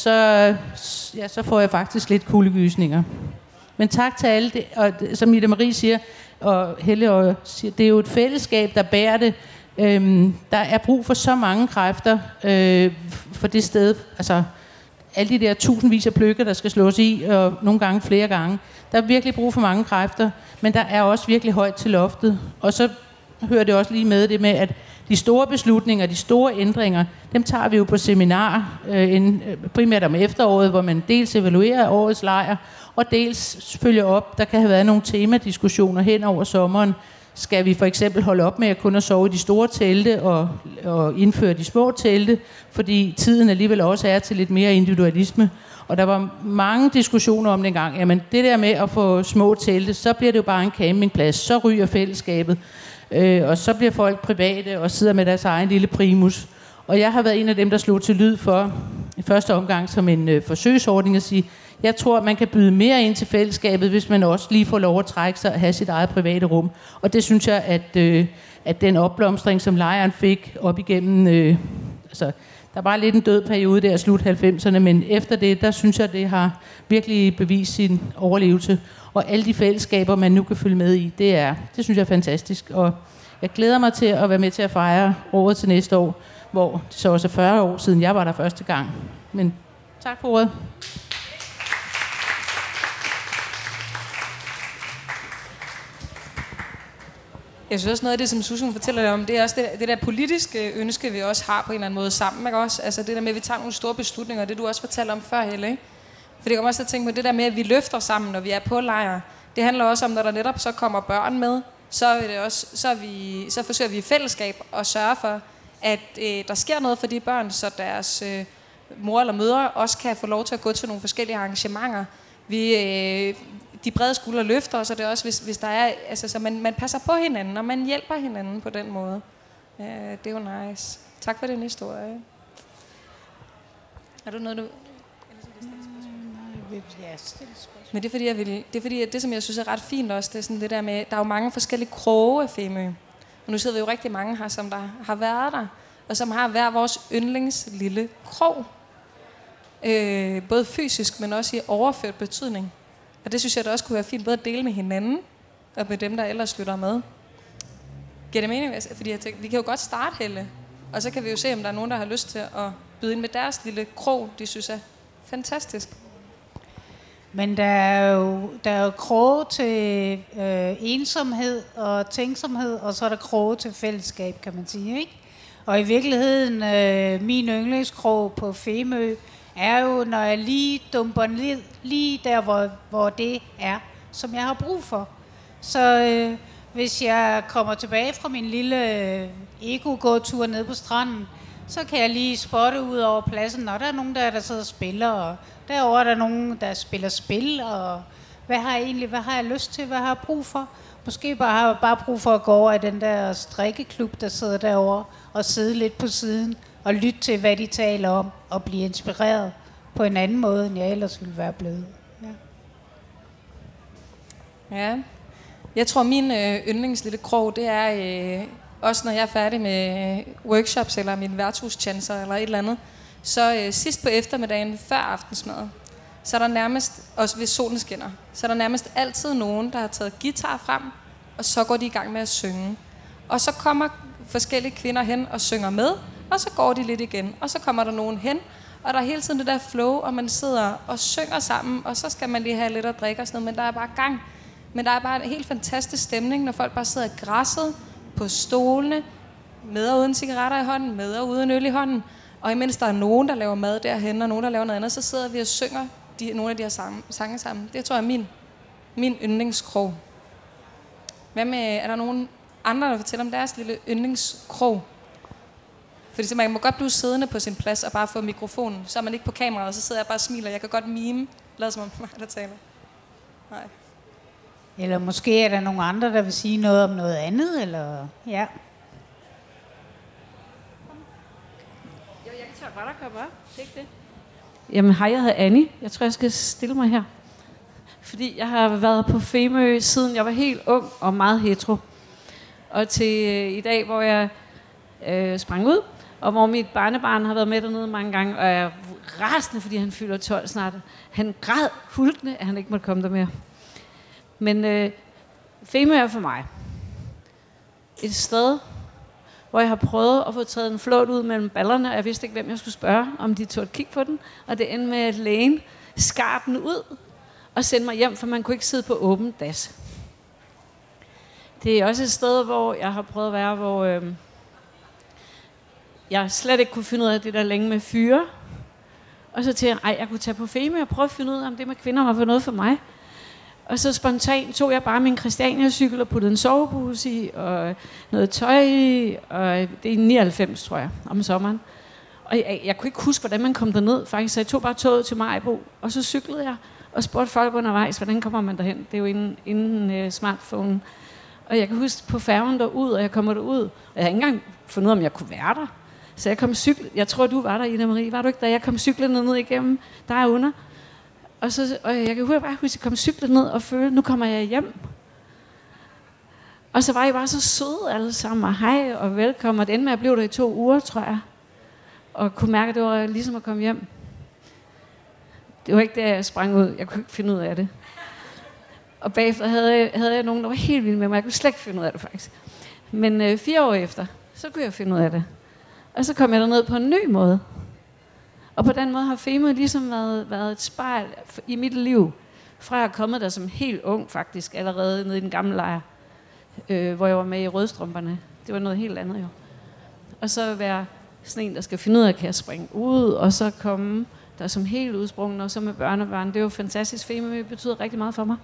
så får jeg faktisk lidt kuldegysninger. Men tak til alle det, og som Ida Marie siger, og Helle siger, det er jo et fællesskab, der bærer det. Der er brug for så mange kræfter for det sted. Altså, alle de der tusindvis af pløkker, der skal slås i, og nogle gange flere gange. Der er virkelig brug for mange kræfter, men der er også virkelig højt til loftet. Og så hører det også lige med det med, at de store beslutninger, de store ændringer, dem tager vi jo på seminar, primært om efteråret, hvor man dels evaluerer årets lejr, og dels følger op. Der kan have været nogle temadiskussioner hen over sommeren. Skal vi for eksempel holde op med at kun at sove i de store telte og indføre de små telte, fordi tiden alligevel også er til lidt mere individualisme. Og der var mange diskussioner om dengang, jamen det der med at få små telte, så bliver det jo bare en campingplads, så ryger fællesskabet, og så bliver folk private og sidder med deres egen lille primus. Og jeg har været en af dem, der slog til lyd for i første omgang som en forsøgsordning at sige, jeg tror, man kan byde mere ind til fællesskabet, hvis man også lige får lov at trække sig og have sit eget private rum. Og det synes jeg, at den opblomstring, som lejren fik op igennem... der var lidt en død periode der i slut 90'erne, men efter det, der synes jeg, det har virkelig bevist sin overlevelse. Og alle de fællesskaber, man nu kan følge med i, det synes jeg er fantastisk. Og jeg glæder mig til at være med til at fejre året til næste år, hvor det så også er 40 år siden, jeg var der første gang. Men tak for ordet. Jeg synes også noget af det, som Susan fortæller om, det er også det der politiske ønske, vi også har på en eller anden måde sammen, ikke også? Altså det der med, at vi tager nogle store beslutninger, det du også fortalte om før, Helle, ikke? For det kommer også til at tænke på det der med, at vi løfter sammen, når vi er på lejr. Det handler også om, når der netop så kommer børn med, så forsøger vi i fællesskab at sørge for, at der sker noget for de børn, så deres mor eller mødre også kan få lov til at gå til nogle forskellige arrangementer. De brede skuldre løfter, så det er også, hvis der er, altså, så man passer på hinanden, og man hjælper hinanden på den måde. Det er jo nice. Tak for den historie. Er du noget, du... Men det er fordi, at det, som jeg synes er ret fint også, det er sådan det der med, der er jo mange forskellige kroge af Femø. Og nu sidder vi jo rigtig mange her, som der har været der, og som har hver vores yndlings lille krog. Både fysisk, men også i overført betydning. Og det synes jeg da også kunne være fint, både at dele med hinanden, og med dem, der ellers lytter med. Giver det mening? Fordi jeg tænker, vi kan jo godt starte, Helle, og så kan vi jo se, om der er nogen, der har lyst til at byde ind med deres lille krog, de synes er fantastisk. Men der er jo kroge til ensomhed og tænksomhed, og så er der kroge til fællesskab, kan man sige, ikke? Og i virkeligheden, min yndlingskrog på Femø, er jo, når jeg lige dumper ned, lige der, hvor det er, som jeg har brug for. Så hvis jeg kommer tilbage fra min lille ego-gåtur ned på stranden, så kan jeg lige spotte ud over pladsen, og der er nogen, der sidder og spiller, og derovre er der nogen, der spiller spil, og hvad har jeg lyst til, hvad har jeg brug for? Måske har jeg bare brug for at gå over i den der strikkeklub, der sidder derovre, og sidde lidt på siden, og lytte til, hvad de taler om, og blive inspireret på en anden måde, end jeg ellers ville være blevet. Ja. Jeg tror, min yndlingslille krog, det er også, når jeg er færdig med workshops, eller min værtshustjanser, eller et eller andet, så sidst på eftermiddagen, før aftensmad, så er der nærmest, også hvis solen skinner, så er der nærmest altid nogen, der har taget guitar frem, og så går de i gang med at synge. Og så kommer forskellige kvinder hen og synger med, og så går de lidt igen. Og så kommer der nogen hen, og der er hele tiden det der flow, og man sidder og synger sammen, og så skal man lige have lidt at drikke og sådan noget, men der er bare gang. Men der er bare en helt fantastisk stemning, når folk bare sidder i græsset, på stolene, med og uden cigaretter i hånden, med og uden øl i hånden. Og imens der er nogen, der laver mad derhen, og nogen, der laver noget andet, så sidder vi og synger nogle af de her sange sammen. Det tror jeg er min yndlingskrog. Hvad med, er der nogen andre, der fortæller om deres lille yndlingskrog? Fordi man må godt blive siddende på sin plads og bare få mikrofonen. Så er man ikke på kameraet, og så sidder jeg bare og smiler. Jeg kan godt mime, lad som om mig, der taler. Nej. Eller måske er der nogle andre, der vil sige noget om noget andet, eller ja. Jo, jeg kan tage bare der komme op. Det er ikke det. Jamen, hej, jeg hedder Annie. Jeg tror, jeg skal stille mig her. Fordi jeg har været på Femø, siden jeg var helt ung og meget hetero. Og til i dag, hvor jeg sprang ud, og hvor mit barnebarn har været med dernede mange gange, og jeg er rasende, fordi han fylder 12 snart. Han græd hulkende, at han ikke måtte komme der mere. Men Femø er for mig et sted, hvor jeg har prøvet at få taget en flåt ud mellem ballerne, og jeg vidste ikke, hvem jeg skulle spørge, om de tog et kig på den. Og det endte med, at lægen skar den ud og sendte mig hjem, for man kunne ikke sidde på åben das. Det er også et sted, hvor jeg har prøvet at være, hvor jeg slet ikke kunne finde ud af det der længe med fyre. Og så tænkte jeg, jeg kunne tage på Femø og prøve at finde ud af, om det med kvinder var for noget for mig. Og så spontant tog jeg bare min Christiania-cykel og puttede en sovepose i, og noget tøj i, og det er 99, tror jeg, om sommeren. Og jeg kunne ikke huske, hvordan man kom derned, faktisk, så jeg tog bare toget til Maribo, og så cyklede jeg, og spurgte folk undervejs, hvordan kommer man derhen? Det er jo inden smartphone. Og jeg kan huske på færgen derud, og jeg kommer derud, og jeg havde ikke engang fundet ud af, om jeg kunne være der. Så jeg kom cykle. Jeg tror, du var der, Ida Marie, var du ikke der? Jeg kom cyklende ned igennem derunder. Og jeg kan bare huske, at jeg kom cyklet ned og følte, nu kommer jeg hjem. Og så var I bare så søde alle sammen, og hej og velkommen. Og det endte med, at jeg blev der i 2 uger, tror jeg. Og kunne mærke, at det var ligesom at komme hjem. Det var ikke det, jeg sprang ud. Jeg kunne ikke finde ud af det. Og bagefter havde jeg nogen, der var helt vilde med mig. Jeg kunne slet ikke finde ud af det, faktisk. Men 4 år efter, så kunne jeg finde ud af det. Og så kom jeg derned på en ny måde. Og på den måde har Femø ligesom været et spejl i mit liv. Fra jeg er kommet der som helt ung, faktisk, allerede nede i den gamle lejr. Hvor jeg var med i Rødstrømperne. Det var noget helt andet jo. Og så være sådan en, der skal finde ud af, kan jeg springe ud, og så komme der som helt udsprungen, og så med børnebørn. Det er jo fantastisk. Femø betyder rigtig meget for mig.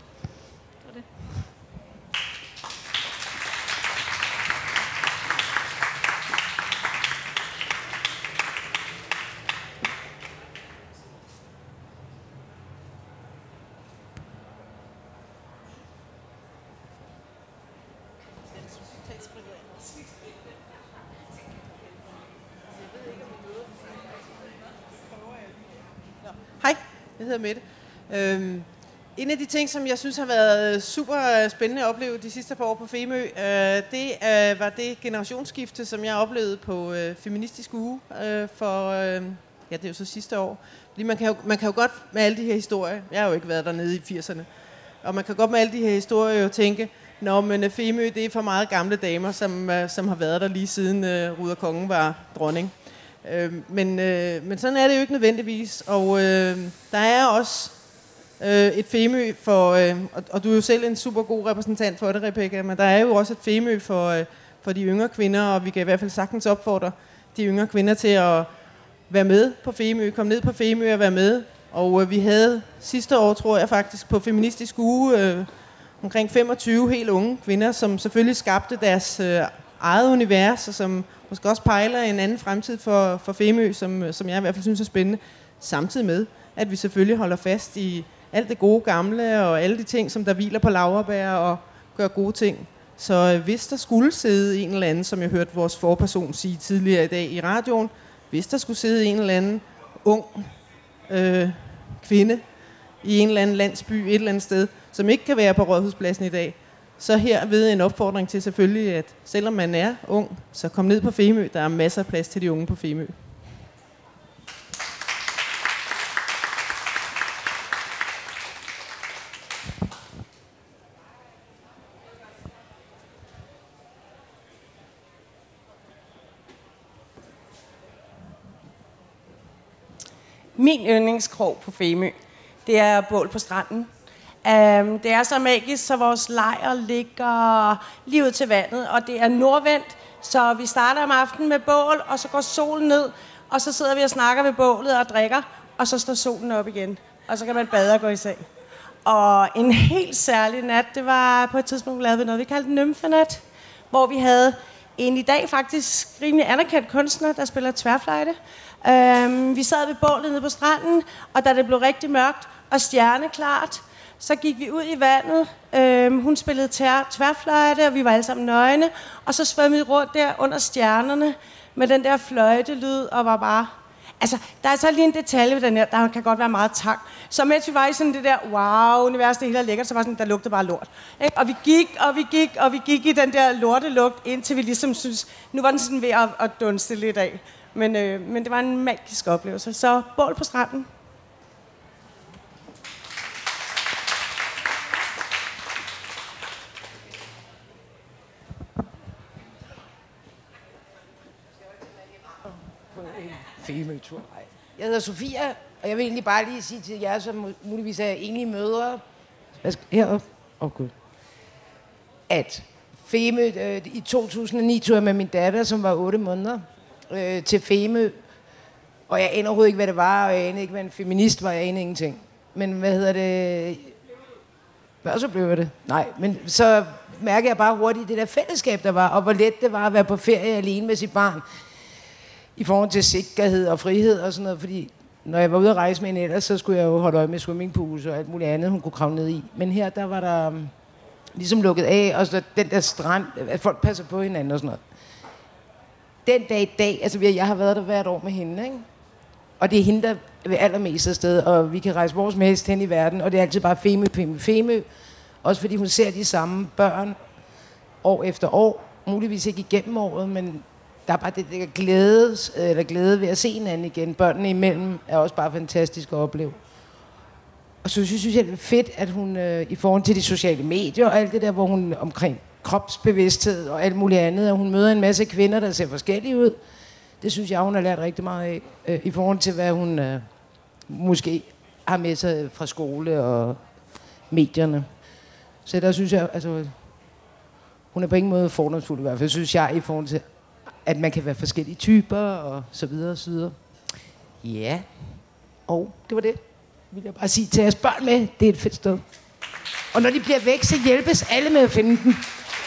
Hej, jeg hedder Mette. En af de ting, som jeg synes har været super spændende at opleve de sidste par år på Femø, det var det generationsskifte, som jeg oplevede på Feministisk Uge for, det er jo så sidste år. Fordi man kan jo godt med alle de her historier, jeg har jo ikke været dernede i 80'erne, og man kan godt med alle de her historier jo tænke, men Femø, det er for meget gamle damer, som har været der lige siden Ruder Kongen var dronning. Men sådan er det jo ikke nødvendigvis, og der er også et Femø for, og du er jo selv en super god repræsentant for det, Rebecca, men der er jo også et Femø for de yngre kvinder, og vi kan i hvert fald sagtens opfordre de yngre kvinder til at være med på Femø, komme ned på Femø og være med. Og vi havde sidste år, tror jeg faktisk, på Feministisk Uge omkring 25 helt unge kvinder, som selvfølgelig skabte deres eget univers, og som måske også pejler en anden fremtid for Femø, som jeg i hvert fald synes er spændende, samtidig med, at vi selvfølgelig holder fast i, alt det gode gamle, og alle de ting, som der hviler på laurbær og gør gode ting. Så hvis der skulle sidde en eller anden, som jeg hørte vores forperson sige tidligere i dag i radioen, hvis der skulle sidde en eller anden ung kvinde i en eller anden landsby et eller andet sted, som ikke kan være på Rådhuspladsen i dag, så her ved en opfordring til selvfølgelig, at selvom man er ung, så kom ned på Femø. Der er masser af plads til de unge på Femø. Min yndlingskrog på Femø, det er bål på stranden. Det er så magisk, så vores lejr ligger lige ud til vandet, og det er nordvendt, så vi starter om aftenen med bål, og så går solen ned, og så sidder vi og snakker ved bålet og drikker, og så står solen op igen, og så kan man bade og gå i seng. Og en helt særlig nat, det var på et tidspunkt, lavede vi noget, vi kaldte nymfenat, hvor vi havde en i dag faktisk rimelig anerkendt kunstner, der spiller tværfløjte. Vi sad ved bålet nede på stranden, og da det blev rigtig mørkt og stjerneklart, så gik vi ud i vandet. Hun spillede tværfløjte, og vi var alle sammen nøgne. Og så svømmede vi rundt der under stjernerne med den der fløjtelyd, og var bare... Altså, der er så lige en detalje ved den her, der kan godt være meget tang. Så mens vi var i sådan det der, wow-univers, det hele er lækkert, så var sådan, der lugtede bare lort. Ikke? Og vi gik i den der lortelugt, indtil vi ligesom synes, nu var den sådan ved at dunste lidt af. Men det var en magisk oplevelse. Så bål på stranden. Femø-tur. Jeg hedder Sofia, og jeg vil egentlig bare lige sige til jer, som muligvis er enlige mødre, heroppe, at Femø, i 2009 tog jeg med min datter, som var 8 måneder, til Femø, og jeg anede overhovedet ikke, hvad det var, og jeg anede ikke, hvad en feminist var, jeg anede ingenting. Men og så blev det. Nej, men så mærker jeg bare hurtigt det der fællesskab, der var, og hvor let det var at være på ferie alene med sit barn, i forhold til sikkerhed og frihed og sådan noget, fordi når jeg var ude at rejse med hende ellers, så skulle jeg jo holde øje med swimmingpools og alt muligt andet, hun kunne kravle ned i. Men her, der var der ligesom lukket af, og så den der strand, at folk passer på hinanden og sådan noget. Den dag i dag, altså jeg har været der hvert år med hende, ikke? Og det er hende, der er allermest af sted, og vi kan rejse hvor som helst hen i verden, og det er altid bare Femø. Også fordi hun ser de samme børn år efter år, muligvis ikke igennem året, men der er bare det der glæde ved at se hinanden igen. Børnene imellem er også bare fantastisk at opleve. Og så synes jeg, det er fedt, at hun i forhold til de sociale medier og alt det der, hvor hun omkring kropsbevidsthed og alt muligt andet, at hun møder en masse kvinder, der ser forskellige ud. Det synes jeg, hun har lært rigtig meget af, i forhold til, hvad hun måske har med sig fra skole og medierne. Så der synes jeg, altså, hun er på ingen måde fordomsfuld i hvert fald, synes jeg, i forhold til, at man kan være forskellige typer, og så videre, og så videre. Ja, og det var det. Vil jeg bare sige til jeres børn med, det er et fedt sted. Og når de bliver væk, så hjælpes alle med at finde dem.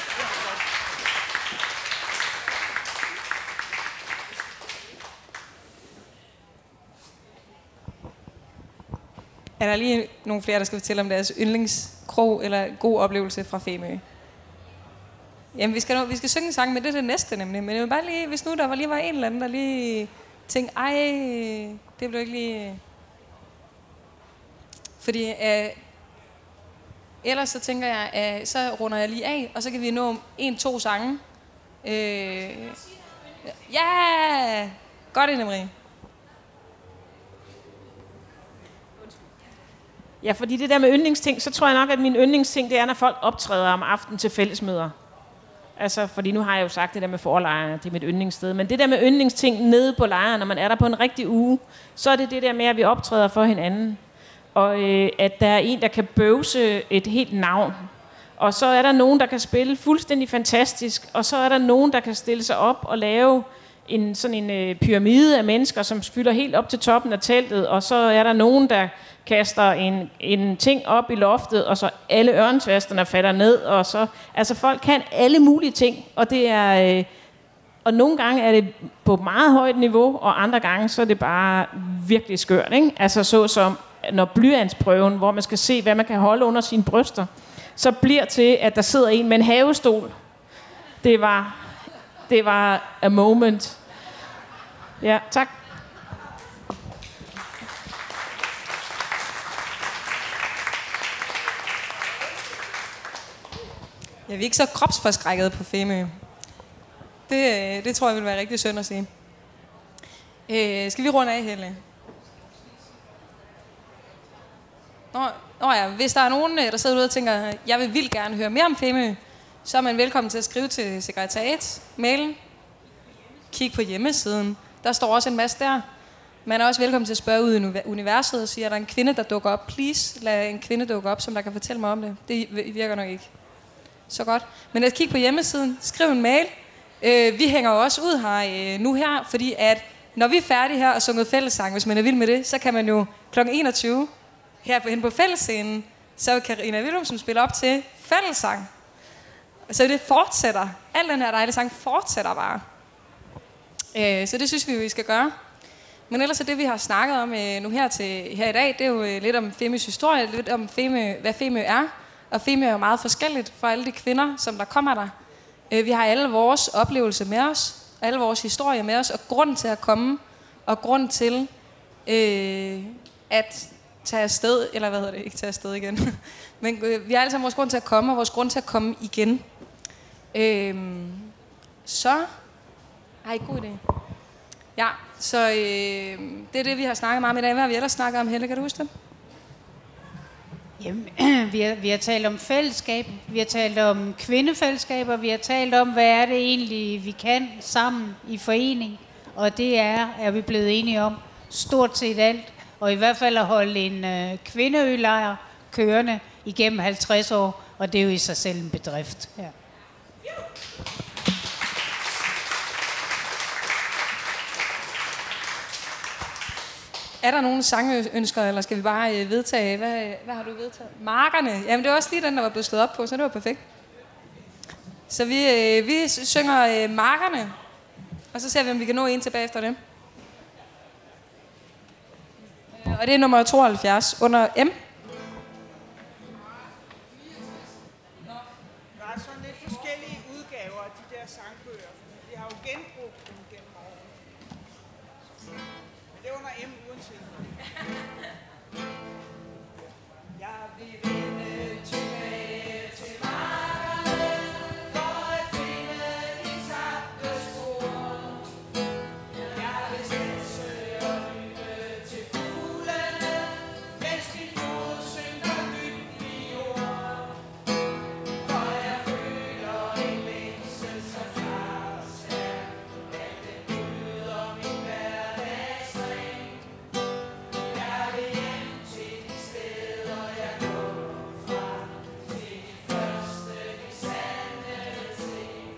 Er der lige nogle flere, der skal fortælle om deres yndlingskrog eller god oplevelse fra Femø? Jamen, vi skal synge en sang, men det er det næste nemlig. Men jeg vil bare lige, hvis nu der lige var en eller anden, der lige tænkte, ej, det blev ikke lige... Fordi ellers så tænker jeg, så runder jeg lige af, og så kan vi nå 1-2 sange. Ja! Godt, Anne-Marie. Ja, fordi det der med yndlingsting, så tror jeg nok, at min yndlingsting, det er, når folk optræder om aftenen til fællesmøder. Altså, fordi nu har jeg jo sagt det der med forlejrene, det er mit yndlingssted. Men det der med yndlingsting nede på lejren, når man er der på en rigtig uge, så er det det der med, at vi optræder for hinanden. Og at der er en, der kan bøvse et helt navn. Og så er der nogen, der kan spille fuldstændig fantastisk. Og så er der nogen, der kan stille sig op og lave sådan en pyramide af mennesker, som fylder helt op til toppen af teltet. Og så er der nogen, der kaster en ting op i loftet, og så alle ørntvasterne falder ned. Og så, altså folk kan alle mulige ting, og det er... Og nogle gange er det på meget højt niveau, og andre gange så er det bare virkelig skørt, ikke? Altså så som når blyantsprøven, hvor man skal se, hvad man kan holde under sine bryster, så bliver til, at der sidder en med en havestol. Det var a moment. Ja, tak. Ja, vi er ikke så kropsforskrækket på Femø. Det tror jeg vil være rigtig synd at sige. Skal vi runde af, Helle? Nå ja, hvis der er nogen, der sidder ude og tænker, jeg vil vildt gerne høre mere om Femø, så er man velkommen til at skrive til sekretariat, mailen, kig på hjemmesiden. Der står også en masse der. Man er også velkommen til at spørge ud i universet og sige, er der en kvinde, der dukker op? Please, lad en kvinde dukke op, som der kan fortælle mig om det. Det virker nok ikke så godt. Men at kigge på hjemmesiden, skriv en mail. Vi hænger jo også ud her nu her, fordi at når vi er færdige her og sunget fællessang, hvis man er vild med det, så kan man jo kl. 21 her på fællesscenen, så vil Karina Willumsen spille op til fællessang. Så det fortsætter. Al den her dejlige sang fortsætter bare. Så det synes vi skal gøre. Men ellers er det, vi har snakket om nu her i dag, det er jo lidt om Femøs historie, lidt om hvad Femø er. Og Femø er jo meget forskelligt for alle de kvinder, som der kommer der. Vi har alle vores oplevelser med os, alle vores historier med os, og grund til at komme, og grund til at tage afsted, eller hvad hedder det, ikke tage afsted igen. Men vi har alle sammen vores grund til at komme, og vores grund til at komme igen. Så god idé. Ja, så det er det, vi har snakket meget om i dag. Hvad har vi ellers snakket om, Helle? Kan du huske det? Jamen, vi har talt om fællesskab, vi har talt om kvindefællesskaber, vi har talt om, hvad er det egentlig, vi kan sammen i forening. Og det er vi blevet enige om stort set alt. Og i hvert fald at holde en kvindeølejr kørende igennem 50 år, og det er jo i sig selv en bedrift. Ja. Er der nogen sangønsker, eller skal vi bare vedtage? Hvad har du vedtaget? Markerne. Jamen, det var også lige den, der var blevet slået op på, så det var perfekt. Så vi synger Markerne, og så ser vi, om vi kan nå en tilbage efter det. Og det er nummer 72 under M. Der er sådan lidt forskellige udgaver af de der sangbøger. Vi har jo genbrugt dem gennem årene. Men det er under M uanset. Jeg vil vende tilbage til markerne for at finde de tabte spor. Jeg vil standse og lytte til fuglene, mens min blod synker dybt i jord. For jeg føler en længsel så klar og stærk, at den bryder min hverdagsring. Jeg vil hjem til de steder, jeg går fra, til de første, de sande ting.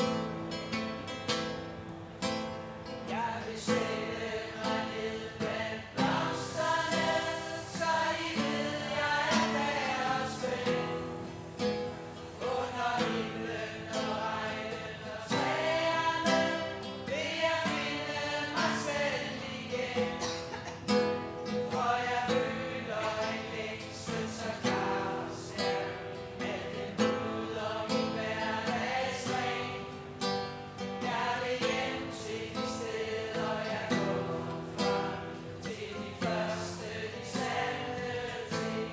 Jeg vil sætte mig ned blandt blomsterne, så de ved, jeg er deres ven. Under himlen og regnen og træerne vil jeg finde mig selv igen. For jeg føler en længsel så klar og stærk, at den bryder min hverdagsring. Jeg vil hjem til de steder, jeg går fra, til de første, de sande ting.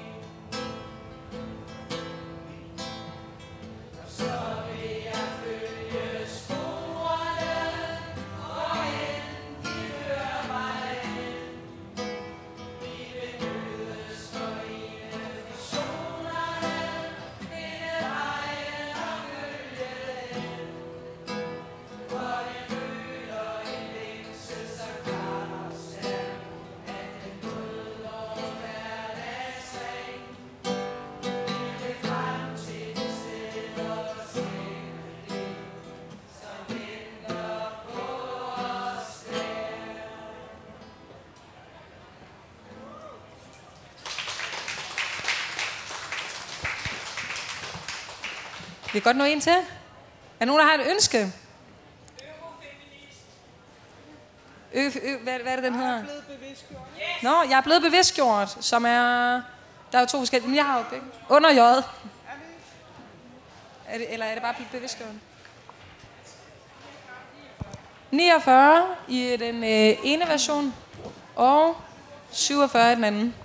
Og så vil jeg følge sporene, hvorhen de fører mig hen. Vi vil mødes for en af visionerne, finde vejen og følge den. For jeg føler en længsel så klar og stærk, at den bryder hverdagsring. Vi vil frem til de steder og stemning, som venter på os der. Vi kan godt nå en til. Er nogen, der har et ønske? Hvad er det, den hedder? Nå, jeg er blevet bevidstgjort, som er... Der er jo 2 forskellige, men jeg har jo begge. Under J'et. Eller er det bare bevidstgjort? 49 i den ene version, og 47 i den anden.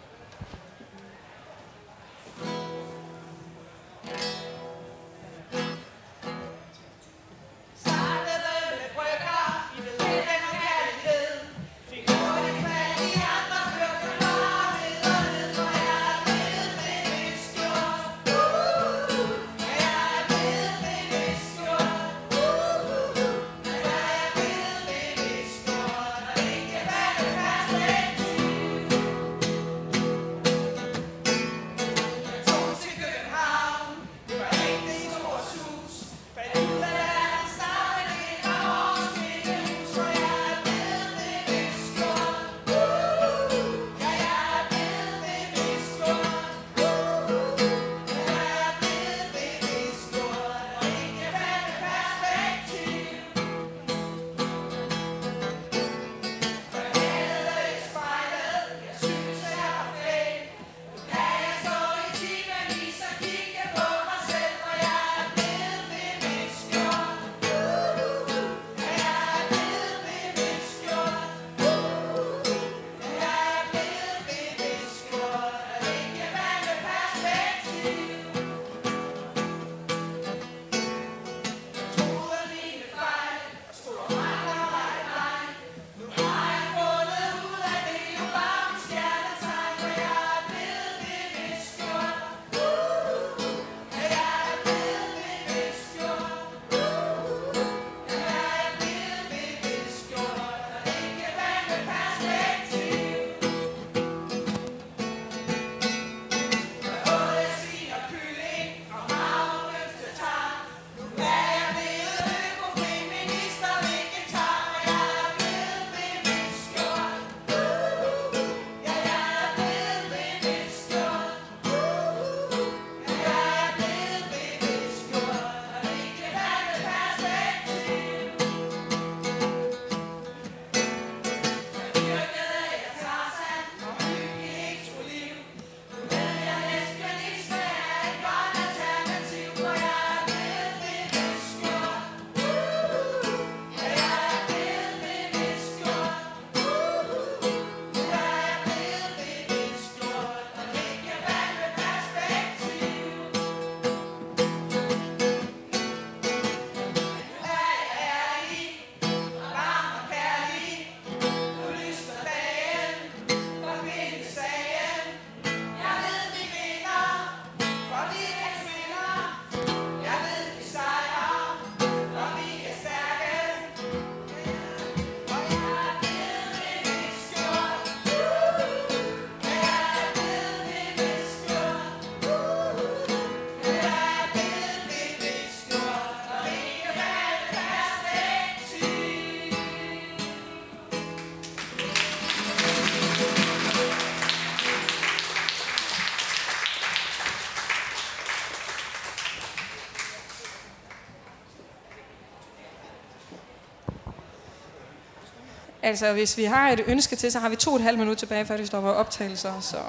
Altså, hvis vi har et ønske til, så har vi 2,5 minutter tilbage, før det stopper optagelser, så...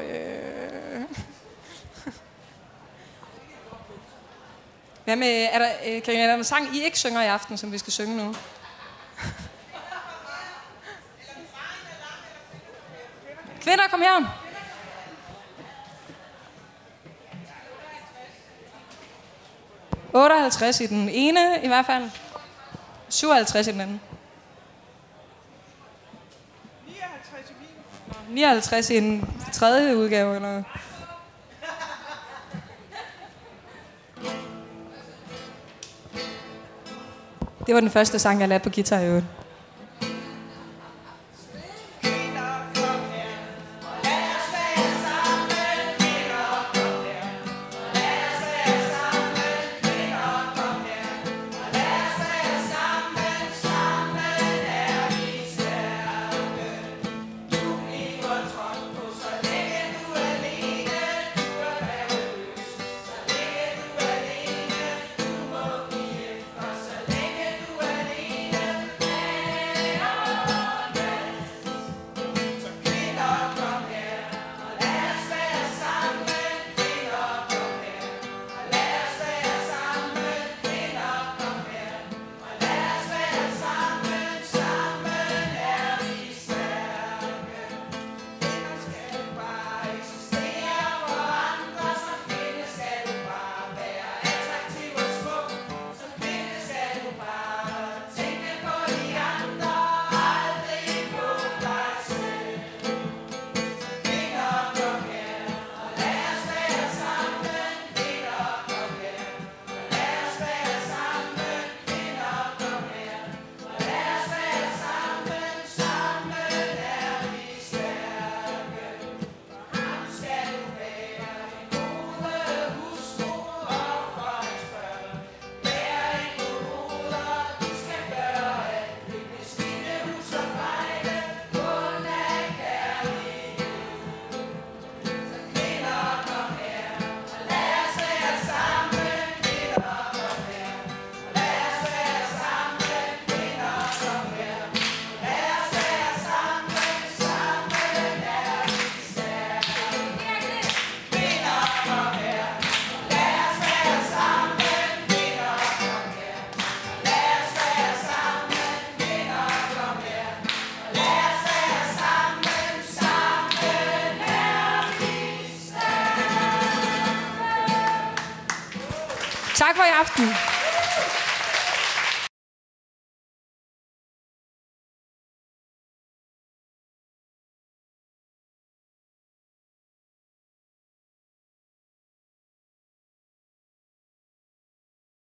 Hvad med, Karina, er der en sang, I ikke synger i aften, som vi skal synge nu? Kvinder, kom her! ...58 i den ene, i hvert fald. 57 i den anden. 59 i den tredje udgave, eller... Det var den første sang, jeg lærte på guitar i øvrigt. Længe du alene, aften.